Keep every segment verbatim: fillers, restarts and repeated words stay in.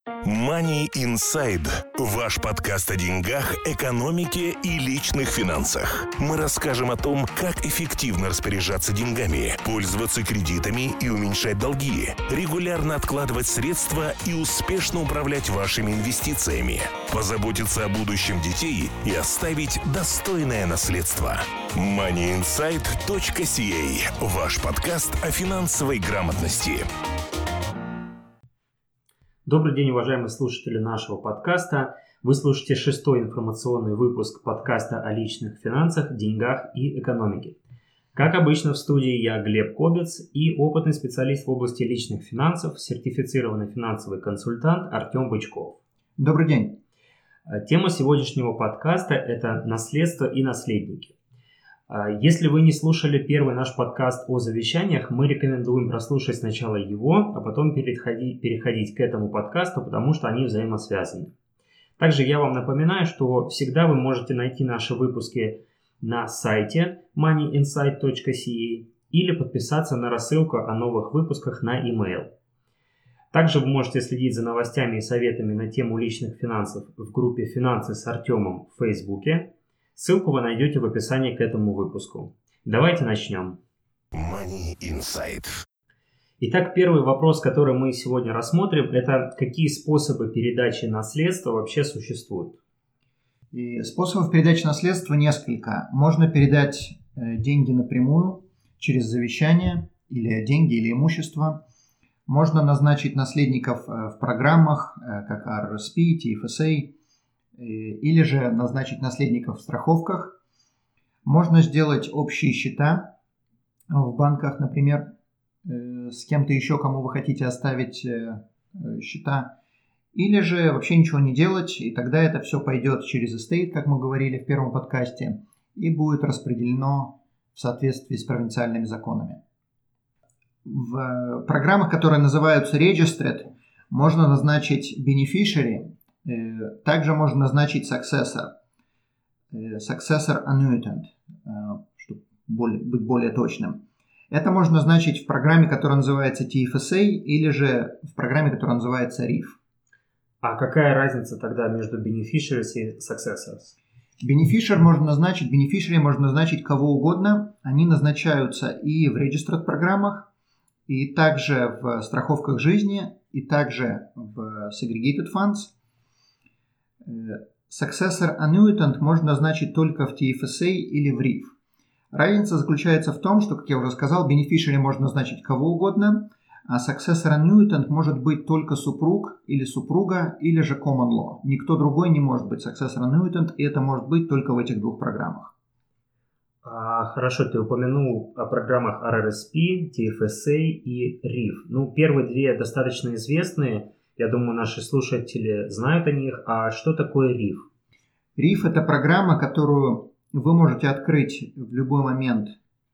Money Inside – ваш подкаст о деньгах, экономике и личных финансах. Мы расскажем о том, как эффективно распоряжаться деньгами, пользоваться кредитами и уменьшать долги, регулярно откладывать средства и успешно управлять вашими инвестициями, позаботиться о будущем детей и оставить достойное наследство. money inside точка си эй – ваш подкаст о финансовой грамотности. Добрый день, уважаемые слушатели нашего подкаста. Вы слушаете шестой информационный выпуск подкаста о личных финансах, деньгах и экономике. Как обычно, в студии я, Глеб Кобец, и опытный специалист в области личных финансов, сертифицированный финансовый консультант Артем Бычков. Добрый день. Тема сегодняшнего подкаста – это наследство и наследники. Если вы не слушали первый наш подкаст о завещаниях, мы рекомендуем прослушать сначала его, а потом переходить, переходить к этому подкасту, потому что они взаимосвязаны. Также я вам напоминаю, что всегда вы можете найти наши выпуски на сайте money inside точка си эй или подписаться на рассылку о новых выпусках на e-mail. Также вы можете следить за новостями и советами на тему личных финансов в группе «Финансы с Артемом» в Фейсбуке. Ссылку вы найдете в описании к этому выпуску. Давайте начнем. Money Inside. Итак, первый вопрос, который мы сегодня рассмотрим, это какие способы передачи наследства вообще существуют? И способов передачи наследства несколько. Можно передать э, деньги напрямую через завещание, или деньги, или имущество. Можно назначить наследников э, в программах, э, как ар эр эс пи, ти эф эс эй, или же назначить наследников в страховках. Можно сделать общие счета в банках, например, с кем-то еще, кому вы хотите оставить счета. Или же вообще ничего не делать, и тогда это все пойдет через эстейт, как мы говорили в первом подкасте, и будет распределено в соответствии с провинциальными законами. В программах, которые называются Registered, можно назначить beneficiary. Также можно назначить successor, successor annuitant, чтобы быть более точным. Это можно назначить в программе, которая называется ти эф эс эй, или же в программе, которая называется риф. А какая разница тогда между beneficiaries и successors? Beneficiary можно назначить, beneficiary можно назначить кого угодно. Они назначаются и в registered программах, и также в страховках жизни, и также в segregated funds. Successor Annuitant можно назначить только в ти эф эс эй или в риф. Разница заключается в том, что, как я уже сказал, beneficiary можно назначить кого угодно, а Successor Annuitant может быть только супруг или супруга, или же common law. Никто другой не может быть Successor Annuitant, и это может быть только в этих двух программах. А, хорошо, ты упомянул о программах ар эр эс пи, ти эф эс эй и риф. Ну, первые две достаточно известные. Я думаю, наши слушатели знают о них. А что такое риф? риф – это программа, которую вы можете открыть в любой момент,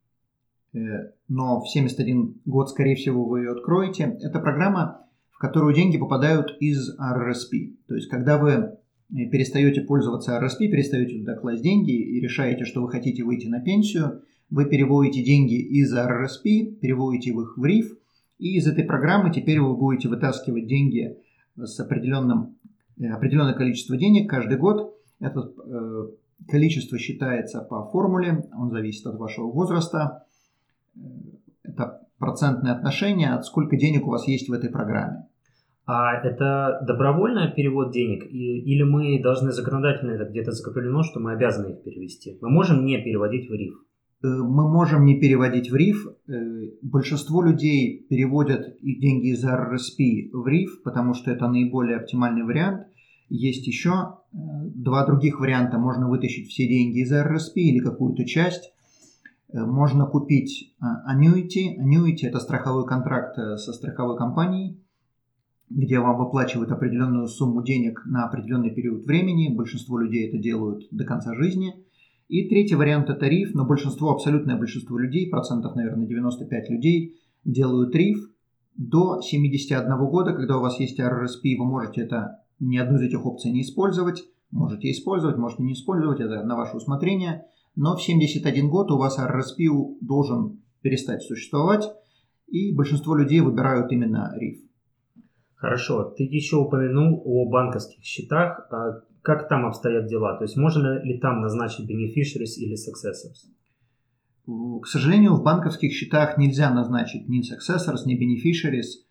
но в семьдесят один год, скорее всего, вы ее откроете. Это программа, в которую деньги попадают из ар эр эс пи. То есть, когда вы перестаете пользоваться ар эр эс пи, перестаете туда класть деньги и решаете, что вы хотите выйти на пенсию, вы переводите деньги из ар эр эс пи, переводите их в риф, и из этой программы теперь вы будете вытаскивать деньги с определенным, определенное количество денег каждый год. Это э, количество считается по формуле, он зависит от вашего возраста. Это процентное отношение от сколько денег у вас есть в этой программе. А это добровольный перевод денег? И, или мы должны законодательно, это где-то закреплено, что мы обязаны их перевести? Мы можем не переводить в риф? Мы можем не переводить в риф. Большинство людей переводят их деньги из ар эр эс пи в риф, потому что это наиболее оптимальный вариант. Есть еще два других варианта. Можно вытащить все деньги из ар эр эс пи или какую-то часть. Можно купить annuity. Annuity – это страховой контракт со страховой компанией, где вам выплачивают определенную сумму денег на определенный период времени. Большинство людей это делают до конца жизни. И третий вариант – это риф, но большинство, абсолютное большинство людей, процентов, наверное, девяносто пять людей, делают риф до семидесяти одного года. Когда у вас есть ар эр эс пи, вы можете это, ни одну из этих опций не использовать. Можете использовать, можете не использовать, это на ваше усмотрение. Но в семьдесят один год у вас ар эр эс пи должен перестать существовать, и большинство людей выбирают именно риф. Хорошо. Ты еще упомянул о банковских счетах. Как там обстоят дела? То есть можно ли там назначить beneficiaries или successors? К сожалению, в банковских счетах нельзя назначить ни successors, ни beneficiaries.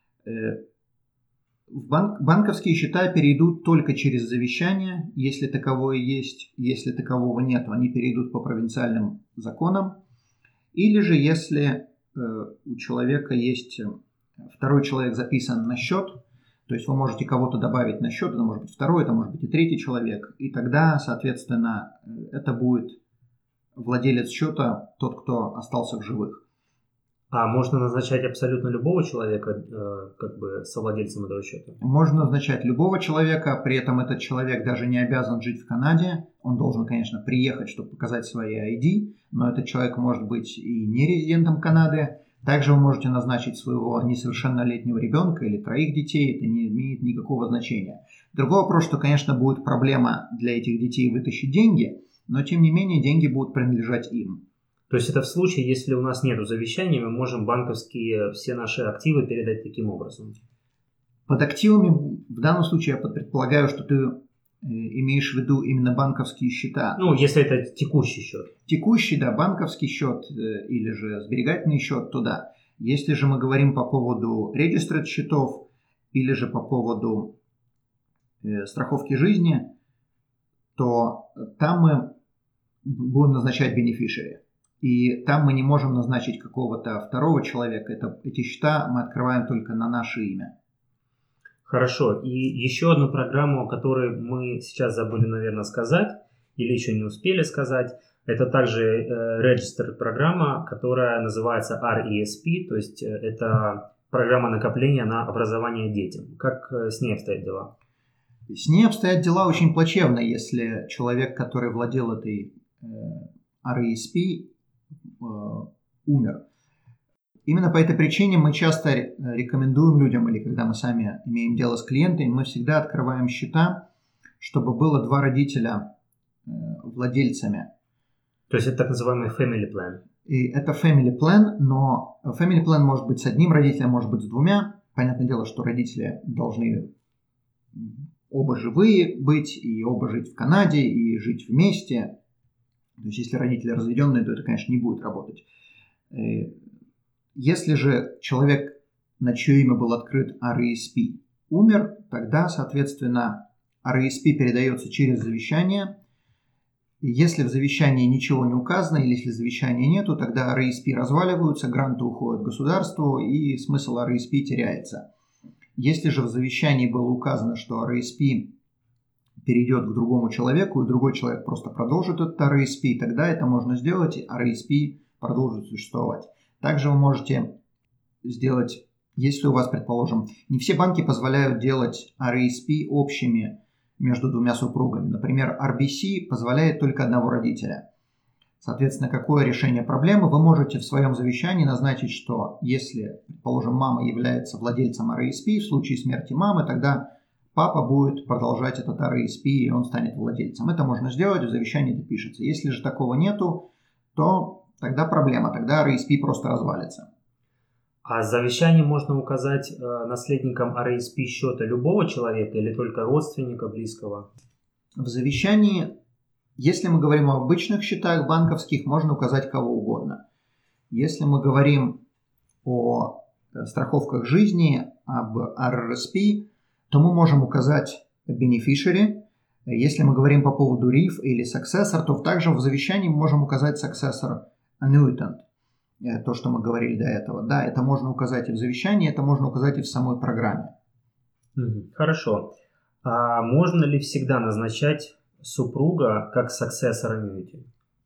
В банк, банковские счета перейдут только через завещание, если таковое есть. Если такового нет, они перейдут по провинциальным законам. Или же если у человека есть второй человек записан на счет, то есть вы можете кого-то добавить на счет, это может быть второй, это может быть и третий человек, и тогда, соответственно, это будет владелец счета, тот, кто остался в живых. А можно назначать абсолютно любого человека э, как бы совладельцем этого счета? Можно назначать любого человека, при этом этот человек даже не обязан жить в Канаде. Он должен, конечно, приехать, чтобы показать свои ай ди, но этот человек может быть и не резидентом Канады. Также вы можете назначить своего несовершеннолетнего ребенка или троих детей, это не имеет никакого значения. Другой вопрос, что, конечно, будет проблема для этих детей вытащить деньги, но, тем не менее, деньги будут принадлежать им. То есть это в случае, если у нас нет завещания, мы можем банковские все наши активы передать таким образом? Под активами в данном случае я предполагаю, что ты имеешь в виду именно банковские счета. Ну, если это текущий счет. Текущий, да, банковский счет или же сберегательный счет, то да. Если же мы говорим по поводу registered счетов или же по поводу э, страховки жизни, то там мы будем назначать beneficiary. И там мы не можем назначить какого-то второго человека. Это, эти счета мы открываем только на наше имя. Хорошо. И еще одну программу, о которой мы сейчас забыли, наверное, сказать, или еще не успели сказать, это также э, registered программа, которая называется ар и эс пи, то есть э, это программа накопления на образование детям. Как э, с ней обстоят дела? С ней обстоят дела очень плачевно, если человек, который владел этой э, ар и эс пи, э, умер. Именно по этой причине мы часто рекомендуем людям, или когда мы сами имеем дело с клиентами, мы всегда открываем счета, чтобы было два родителя э, владельцами. То есть это так называемый family plan. И это family plan, но family plan может быть с одним родителем, может быть с двумя. Понятное дело, что родители должны оба живые быть, и оба жить в Канаде, и жить вместе. То есть если родители разведенные, то это, конечно, не будет работать. Если же человек, на чье имя был открыт ар и эс пи, умер, тогда, соответственно, ар и эс пи передается через завещание. Если в завещании ничего не указано, или если завещания нету, тогда ар и эс пи разваливаются, гранты уходят государству, и смысл ар и эс пи теряется. Если же в завещании было указано, что ар и эс пи перейдет к другому человеку, и другой человек просто продолжит этот ар и эс пи, тогда это можно сделать, и ар и эс пи продолжит существовать. Также вы можете сделать, если у вас, предположим, не все банки позволяют делать ар и эс пи общими между двумя супругами. Например, ар би си позволяет только одного родителя. Соответственно, какое решение проблемы? Вы можете в своем завещании назначить, что если, предположим, мама является владельцем ар и эс пи, в случае смерти мамы, тогда папа будет продолжать этот ар и эс пи, и он станет владельцем. Это можно сделать, в завещании это пишется. Если же такого нету, то тогда проблема, тогда ар и эс пи просто развалится. А в завещании можно указать э, наследникам ар и эс пи счета любого человека или только родственника, близкого? В завещании, если мы говорим об обычных счетах банковских, можно указать кого угодно. Если мы говорим о страховках жизни, об ар и эс пи, то мы можем указать beneficiary. Если мы говорим по поводу риф или successor, то также в завещании мы можем указать successor annuitant. То, что мы говорили до этого. Да, это можно указать и в завещании, это можно указать и в самой программе. Хорошо. А можно ли всегда назначать супруга как successor annuity?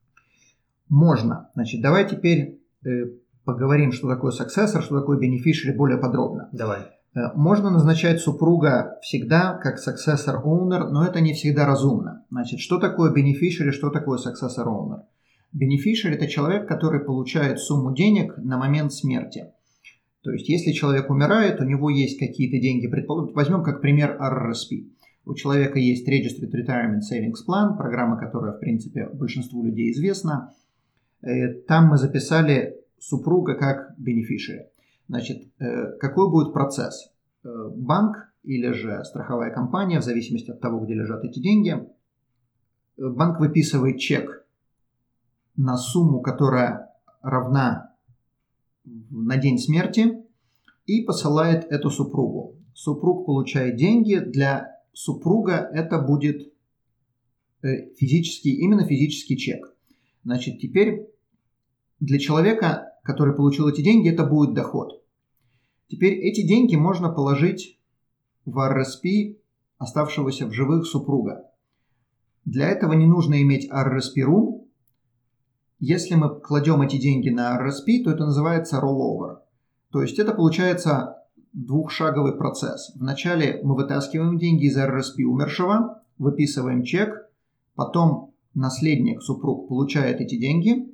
Можно. Значит, давай теперь э, поговорим, что такое successor, что такое beneficiary более подробно. Давай. Э, можно назначать супруга всегда как successor owner, но это не всегда разумно. Значит, что такое beneficiary, что такое successor owner? Beneficiary – это человек, который получает сумму денег на момент смерти. То есть, если человек умирает, у него есть какие-то деньги. Предположим, возьмем как пример ар и эс пи. У человека есть Registered Retirement Savings Plan, программа, которая, в принципе, большинству людей известна. Там мы записали супруга как beneficiary. Значит, какой будет процесс? банк или же страховая компания, в зависимости от того, где лежат эти деньги, банк выписывает чек на сумму, которая равна на день смерти, и посылает эту супругу. Супруг получает деньги. Для супруга это будет физический, именно физический чек. Значит, теперь для человека, который получил эти деньги, это будет доход. Теперь эти деньги можно положить в ар эс пи оставшегося в живых супруга. Для этого не нужно иметь ар эс пи-рум. Если мы кладем эти деньги на ар эс пи, то это называется rollover. То есть это получается двухшаговый процесс. Вначале мы вытаскиваем деньги из ар эс пи умершего, выписываем чек, потом наследник, супруг, получает эти деньги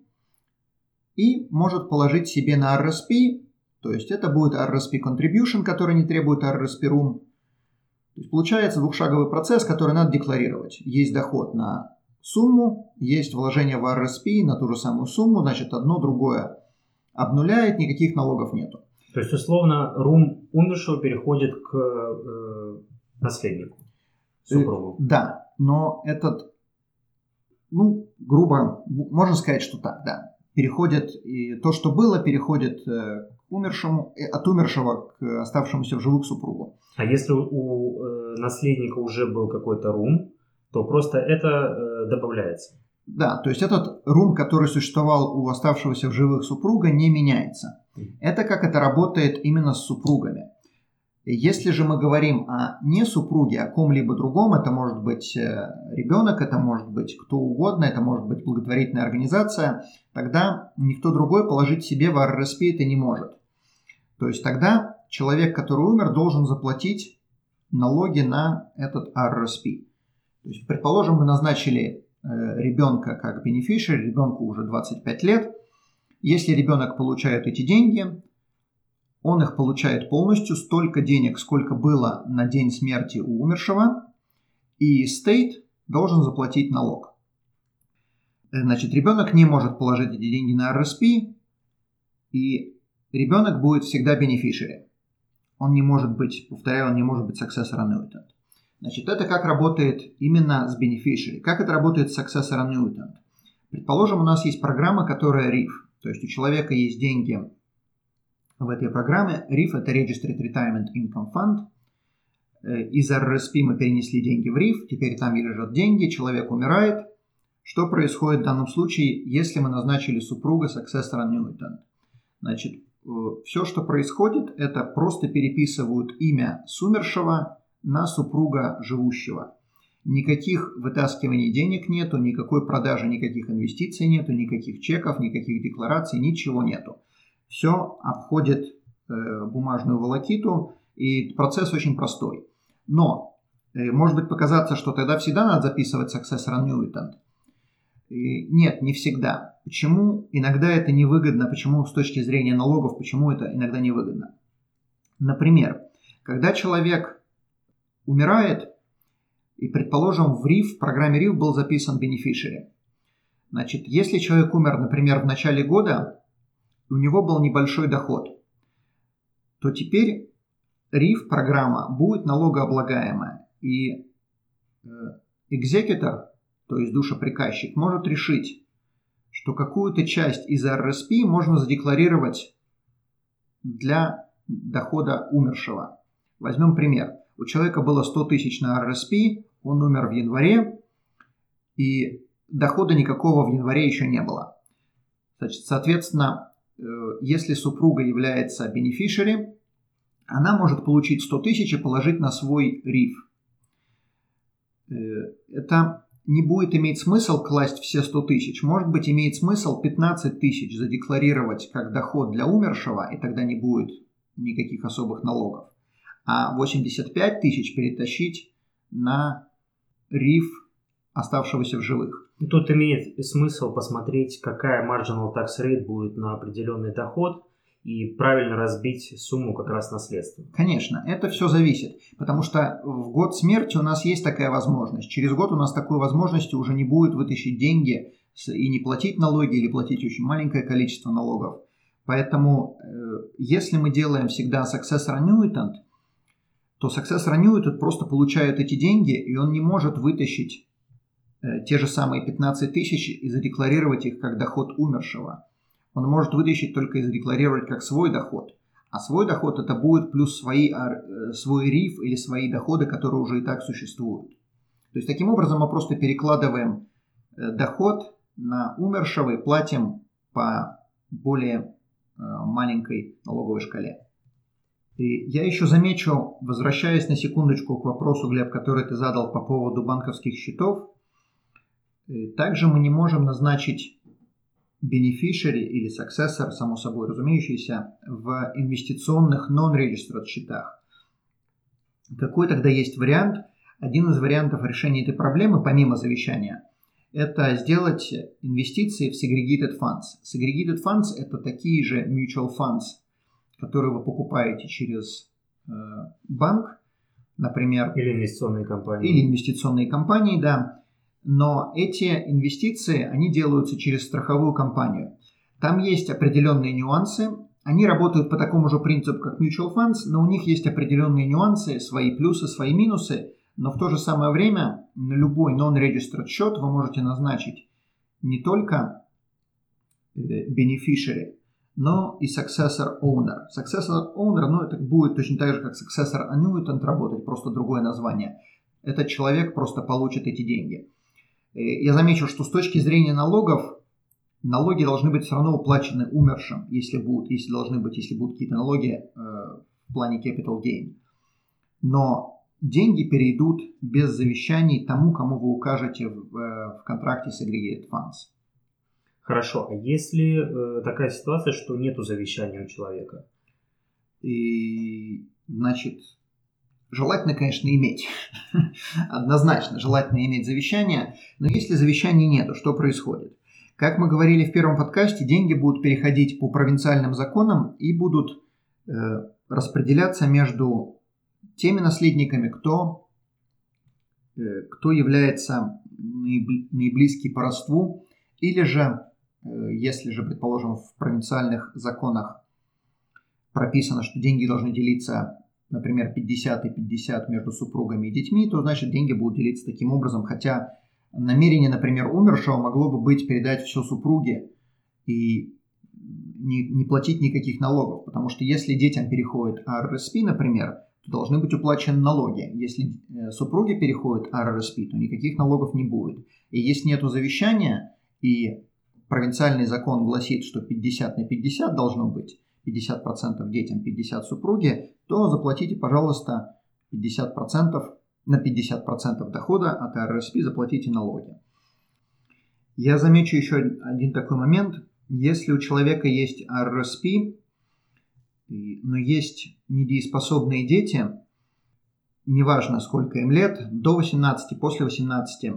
и может положить себе на ар эс пи, то есть это будет ар эс пи contribution, который не требует ар эс пи-рум. То есть получается двухшаговый процесс, который надо декларировать. Есть доход на сумму, есть вложение в ар эс пи на ту же самую сумму, значит одно другое обнуляет, никаких налогов нету. То есть условно рум умершего переходит к э, наследнику, супругу. Да, но этот, ну, грубо, можно сказать, что так, да. Переходит, и то, что было, переходит к умершему, от умершего к оставшемуся в живых супругу. А если у, у э, наследника уже был какой-то рум, то просто это э, добавляется? Да, то есть этот рум, который существовал у оставшегося в живых супруга, не меняется. Это как это работает именно с супругами. Если же мы говорим о не супруге, о ком-либо другом, это может быть ребенок, это может быть кто угодно, это может быть благотворительная организация, тогда никто другой положить себе в ар эс пи это не может. То есть тогда человек, который умер, должен заплатить налоги на этот ар эс пи. То есть, предположим, мы назначили ребенка как бенефишиари, ребенку уже двадцать пять лет. Если ребенок получает эти деньги, он их получает полностью, столько денег, сколько было на день смерти у умершего, и стейт должен заплатить налог. Значит, ребенок не может положить эти деньги на ар эс пи, и ребенок будет всегда бенефишиари. Он не может быть, повторяю, он не может быть successor annuitant. Значит, это как работает именно с beneficiary. Как это работает с successor annuitant? Предположим, у нас есть программа, которая риф. То есть у человека есть деньги в этой программе. риф – это Registered Retirement Income Fund. Из ар эс пи мы перенесли деньги в риф. Теперь там лежат деньги, человек умирает. Что происходит в данном случае, если мы назначили супруга successor annuitant? Значит, все, что происходит, это просто переписывают имя с умершего на супруга живущего. Никаких вытаскиваний денег нету, никакой продажи, никаких инвестиций нету, никаких чеков, никаких деклараций, ничего нету. Все обходит э, бумажную волокиту, и процесс очень простой. Но, э, может быть показаться, что тогда всегда надо записывать successor annuitant. И нет, не всегда. Почему иногда это невыгодно, почему с точки зрения налогов, почему это иногда невыгодно? Например, когда человек умирает, и, предположим, в риф, в программе риф был записан beneficiary. Значит, если человек умер, например, в начале года, и у него был небольшой доход, то теперь риф, программа, будет налогооблагаемая. И экзекутор, то есть душеприказчик, может решить, что какую-то часть из ар эс пи можно задекларировать для дохода умершего. Возьмем пример. У человека было сто тысяч на ар эс пи, он умер в январе, и дохода никакого в январе еще не было. Значит, соответственно, если супруга является бенефишиари, она может получить сто тысяч и положить на свой риф. Это не будет иметь смысл класть все сто тысяч. Может быть, имеет смысл пятнадцать тысяч задекларировать как доход для умершего, и тогда не будет никаких особых налогов. А восемьдесят пять тысяч перетащить на риф оставшегося в живых. Тут имеет смысл посмотреть, какая marginal tax rate будет на определенный доход, и правильно разбить сумму как раз наследства. Конечно, это все зависит, потому что в год смерти у нас есть такая возможность. Через год у нас такой возможности уже не будет вытащить деньги и не платить налоги или платить очень маленькое количество налогов. Поэтому, если мы делаем всегда successor annuitant, то successor annuitant просто получает эти деньги, и он не может вытащить э, те же самые пятнадцать тысяч и задекларировать их как доход умершего. Он может вытащить только и задекларировать как свой доход. А свой доход это будет плюс свои, э, свой риф или свои доходы, которые уже и так существуют. То есть таким образом мы просто перекладываем э, доход на умершего и платим по более э, маленькой налоговой шкале. И я еще замечу, возвращаясь на секундочку к вопросу, Глеб, который ты задал по поводу банковских счетов, также мы не можем назначить beneficiary или successor, само собой разумеющийся, в инвестиционных non-registered счетах. Какой тогда есть вариант? Один из вариантов решения этой проблемы, помимо завещания, это сделать инвестиции в segregated funds. Segregated funds – это такие же mutual funds, которые вы покупаете через э, банк, например. Или инвестиционные компании. Или инвестиционные компании, да. Но эти инвестиции, они делаются через страховую компанию. Там есть определенные нюансы. Они работают по такому же принципу, как mutual funds, но у них есть определенные нюансы, свои плюсы, свои минусы. Но в то же самое время на любой non-registered счет вы можете назначить не только beneficiary, но и successor owner. Successor owner, ну, это будет точно так же, как successor annuitant работать, просто другое название. Этот человек просто получит эти деньги. Я замечу, что с точки зрения налогов, налоги должны быть все равно уплачены умершим, если будут, если должны быть, если будут какие-то налоги э, в плане capital gain. Но деньги перейдут без завещаний тому, кому вы укажете в, в контракте segregated funds. Хорошо, а если э, такая ситуация, что нету завещания у человека? И, значит, желательно, конечно, иметь. Однозначно, желательно иметь завещание. Но если завещания нету, что происходит? Как мы говорили в первом подкасте, деньги будут переходить по провинциальным законам и будут э, распределяться между теми наследниками, кто, э, кто является наиблизкий по родству, или же, если же, предположим, в провинциальных законах прописано, что деньги должны делиться, например, пятьдесят и пятьдесят между супругами и детьми, то значит деньги будут делиться таким образом, хотя намерение, например, умершего могло бы быть передать все супруге и не, не платить никаких налогов, потому что если детям переходит ар эр эс пи, например, то должны быть уплачены налоги. Если супруге переходит ар эр эс пи, то никаких налогов не будет. И если нету завещания, и провинциальный закон гласит, что пятьдесят на пятьдесят должно быть, пятьдесят процентов детям, пятьдесят процентов супруге, то заплатите, пожалуйста, пятьдесят процентов на пятьдесят процентов дохода от ар эр эс пи заплатите налоги. Я замечу еще один такой момент. Если у человека есть ар эр эс пи, но есть недееспособные дети, неважно сколько им лет, до восемнадцати, после восемнадцати,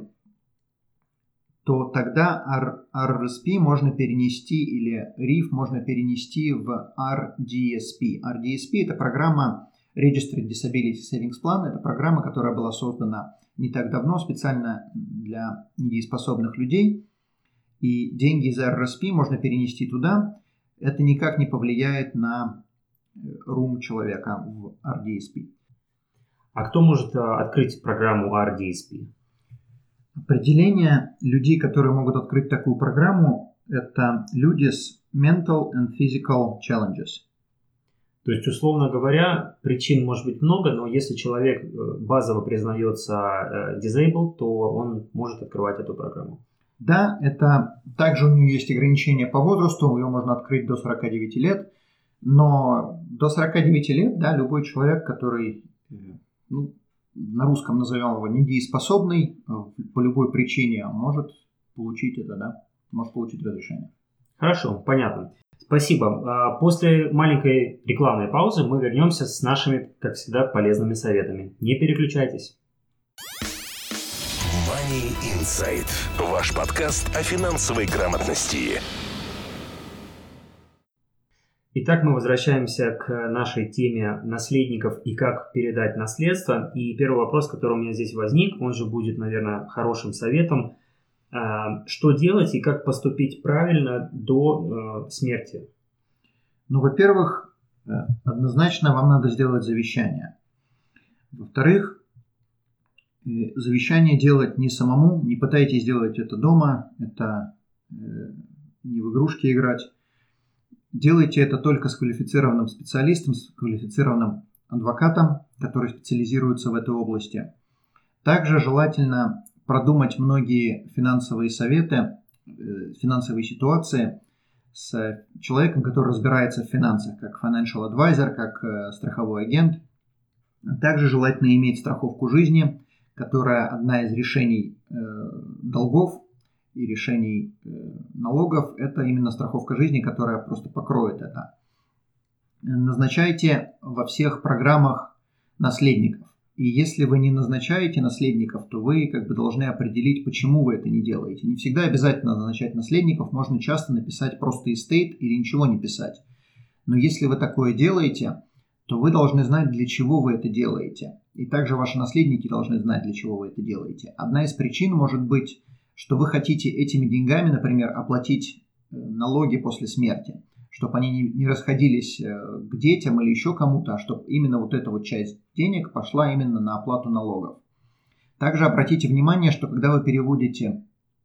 то тогда ар эр эс пи можно перенести, или риф можно перенести в ар ди эс пи. ар ди эс пи – это программа Registered Disability Savings Plan, это программа, которая была создана не так давно специально для недееспособных людей, и деньги из ар эр эс пи можно перенести туда. Это никак не повлияет на рум человека в ар ди эс пи. А кто может открыть программу ар ди эс пи? Определение людей, которые могут открыть такую программу, это люди с mental and physical challenges. То есть, условно говоря, причин может быть много, но если человек базово признается disabled, то он может открывать эту программу. Да, это также у нее есть ограничения по возрасту, ее можно открыть до сорока девяти лет, но до сорока девяти лет, да, любой человек, который, ну, на русском назовем его недееспособный, по любой причине может получить это, да, может получить разрешение. Хорошо, понятно. Спасибо. После маленькой рекламной паузы мы вернемся с нашими, как всегда, полезными советами. Не переключайтесь. Money Insight. Ваш подкаст о финансовой грамотности. Итак, мы возвращаемся к нашей теме наследников и как передать наследство. И первый вопрос, который у меня здесь возник, он же будет, наверное, хорошим советом. Что делать и как поступить правильно до э, смерти? Ну, во-первых, однозначно вам надо сделать завещание. Во-вторых, завещание делать не самому, не пытайтесь сделать это дома, это не в игрушки играть. Делайте это только с квалифицированным специалистом, с квалифицированным адвокатом, который специализируется в этой области. Также желательно продумать многие финансовые советы, финансовые ситуации с человеком, который разбирается в финансах, как financial advisor, как страховой агент. Также желательно иметь страховку жизни, которая одна из решений э, долгов и решений э, налогов. Это именно страховка жизни, которая просто покроет это. Назначайте во всех программах наследников. И если вы не назначаете наследников, то вы как бы должны определить, почему вы это не делаете. Не всегда обязательно назначать наследников, можно часто написать просто estate или ничего не писать. Но если вы такое делаете, то вы должны знать, для чего вы это делаете. И также ваши наследники должны знать, для чего вы это делаете. Одна из причин может быть, что вы хотите этими деньгами, например, оплатить налоги после смерти, чтобы они не расходились к детям или еще кому-то, а чтобы именно вот эта вот часть денег пошла именно на оплату налогов. Также обратите внимание, что когда вы переводите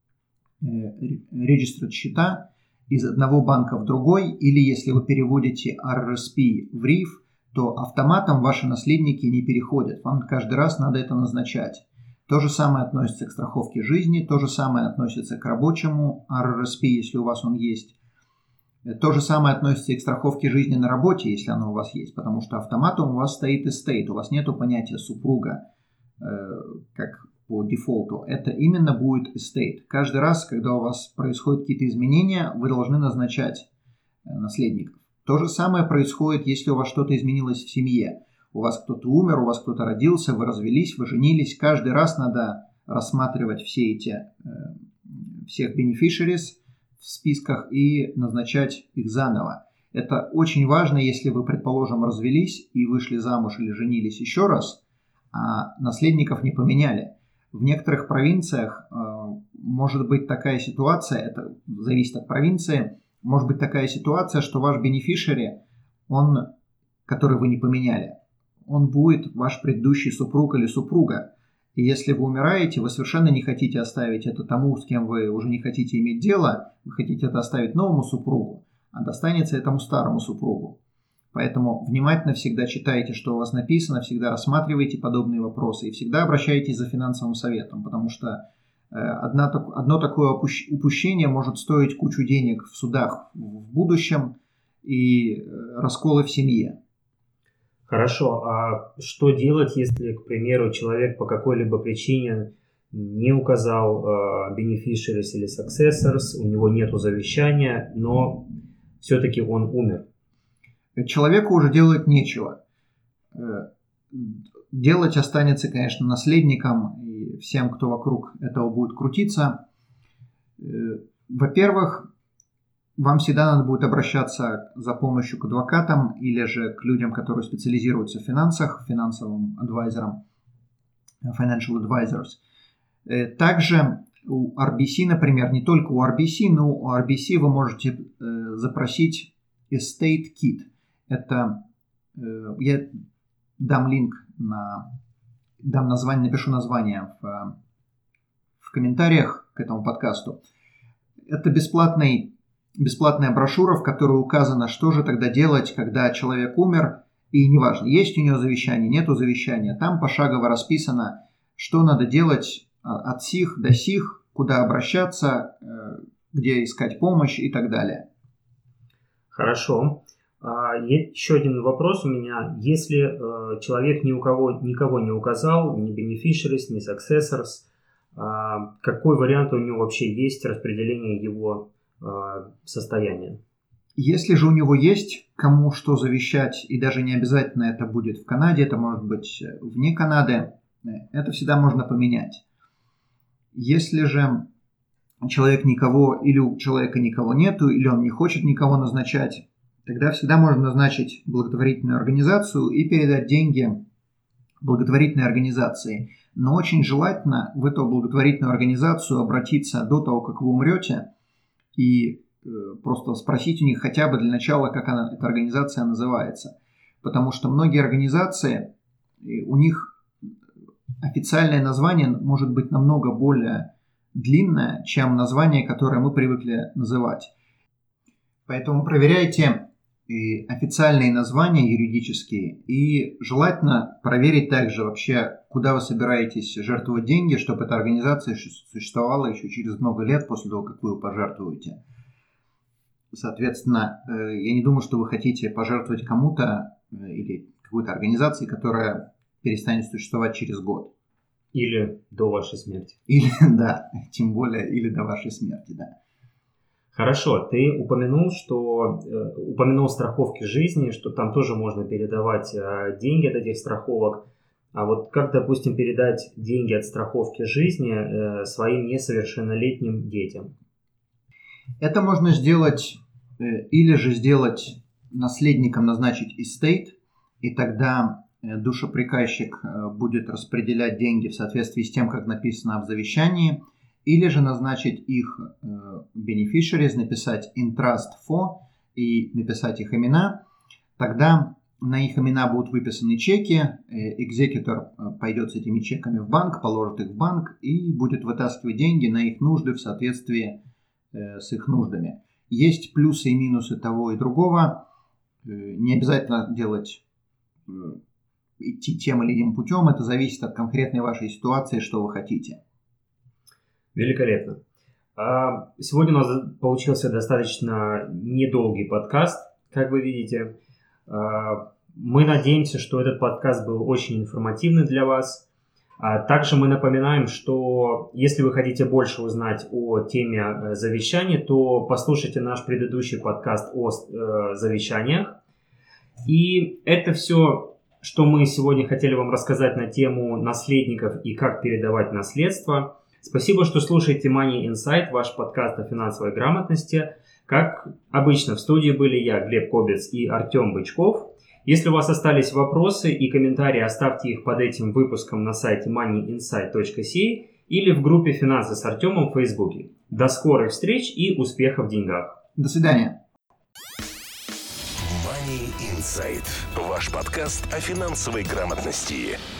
registered счета из одного банка в другой, или если вы переводите ар эр эс пи в риф, то автоматом ваши наследники не переходят. Вам каждый раз надо это назначать. То же самое относится к страховке жизни, то же самое относится к рабочему ар эр эс пи, если у вас он есть. То же самое относится и к страховке жизни на работе, если оно у вас есть, потому что автоматом у вас стоит estate, у вас нет понятия супруга, э, как по дефолту. Это именно будет estate. Каждый раз, когда у вас происходят какие-то изменения, вы должны назначать э, наследников. То же самое происходит, если у вас что-то изменилось в семье. У вас кто-то умер, у вас кто-то родился, вы развелись, вы женились. Каждый раз надо рассматривать все эти, э, всех beneficiaries в списках и назначать их заново. Это очень важно, если вы, предположим, развелись и вышли замуж или женились еще раз, а наследников не поменяли. В некоторых провинциях э, может быть такая ситуация, это зависит от провинции, может быть такая ситуация, что ваш бенефишиари, он, который вы не поменяли, он будет ваш предыдущий супруг или супруга. И если вы умираете, вы совершенно не хотите оставить это тому, с кем вы уже не хотите иметь дело, вы хотите это оставить новому супругу, а достанется этому старому супругу. Поэтому внимательно всегда читайте, что у вас написано, всегда рассматривайте подобные вопросы и всегда обращайтесь за финансовым советом, потому что Одно, одно такое упущение может стоить кучу денег в судах в будущем и расколы в семье. Хорошо, а что делать, если, к примеру, человек по какой-либо причине не указал uh, beneficiaries или successors, у него нету завещания, но все-таки он умер? Человеку уже делать нечего. Делать останется, конечно, наследникам и всем, кто вокруг этого будет крутиться. Во-первых, вам всегда надо будет обращаться за помощью к адвокатам или же к людям, которые специализируются в финансах, финансовым адвайзерам, financial advisors. Также у ар би си, например, не только у ар би си, но у ар би си вы можете запросить estate kit. Это я дам линк на, дам название, напишу название в, в комментариях к этому подкасту. Это бесплатный, бесплатная брошюра, в которой указано, что же тогда делать, когда человек умер, и неважно, есть у него завещание, нету завещания. Там пошагово расписано, что надо делать от сих до сих, куда обращаться, где искать помощь и так далее. Хорошо. Еще один вопрос у меня. Если э, человек ни у кого, никого не указал, ни beneficiaries, ни successors, э, какой вариант у него вообще есть распределения его э, состояния? Если же у него есть кому что завещать, и даже не обязательно это будет в Канаде, это может быть вне Канады, это всегда можно поменять. Если же человек никого, или у человека никого нету, или он не хочет никого назначать, тогда всегда можно назначить благотворительную организацию и передать деньги благотворительной организации. Но очень желательно в эту благотворительную организацию обратиться до того, как вы умрете, и э, просто спросить у них хотя бы для начала, как она, эта организация называется. Потому что многие организации, у них официальное название может быть намного более длинное, чем название, которое мы привыкли называть. Поэтому проверяйте и официальные названия юридические, и желательно проверить также вообще, куда вы собираетесь жертвовать деньги, чтобы эта организация существовала еще через много лет после того, как вы ее пожертвуете. Соответственно, я не думаю, что вы хотите пожертвовать кому-то или какой-то организации, которая перестанет существовать через год. Или до вашей смерти. Или, да, тем более, или до вашей смерти, да. Хорошо, ты упомянул, что э, упомянул страховки жизни, что там тоже можно передавать э, деньги от этих страховок. А вот как, допустим, передать деньги от страховки жизни э, своим несовершеннолетним детям? Это можно сделать э, или же сделать наследником, назначить эстейт, и тогда э, душеприказчик э, будет распределять деньги в соответствии с тем, как написано в завещании. Или же назначить их э, beneficiaries, написать in trust for и написать их имена. Тогда на их имена будут выписаны чеки, экзекутор э, пойдет с этими чеками в банк, положит их в банк и будет вытаскивать деньги на их нужды в соответствии э, с их нуждами. Есть плюсы и минусы того и другого. Э, не обязательно делать, э, идти тем или иным путем. Это зависит от конкретной вашей ситуации, что вы хотите. Великолепно. Сегодня у нас получился достаточно недолгий подкаст, как вы видите. Мы надеемся, что этот подкаст был очень информативный для вас. Также мы напоминаем, что если вы хотите больше узнать о теме завещаний, то послушайте наш предыдущий подкаст о завещаниях. И это все, что мы сегодня хотели вам рассказать на тему наследников и как передавать наследство. Спасибо, что слушаете Money Insight, ваш подкаст о финансовой грамотности. Как обычно, в студии были я, Глеб Кобец и Артем Бычков. Если у вас остались вопросы и комментарии, оставьте их под этим выпуском на сайте money insight точка си эй или в группе «Финансы с Артемом» в Фейсбуке. До скорых встреч и успехов в деньгах. До свидания. Money Insight. Ваш подкаст о финансовой грамотности.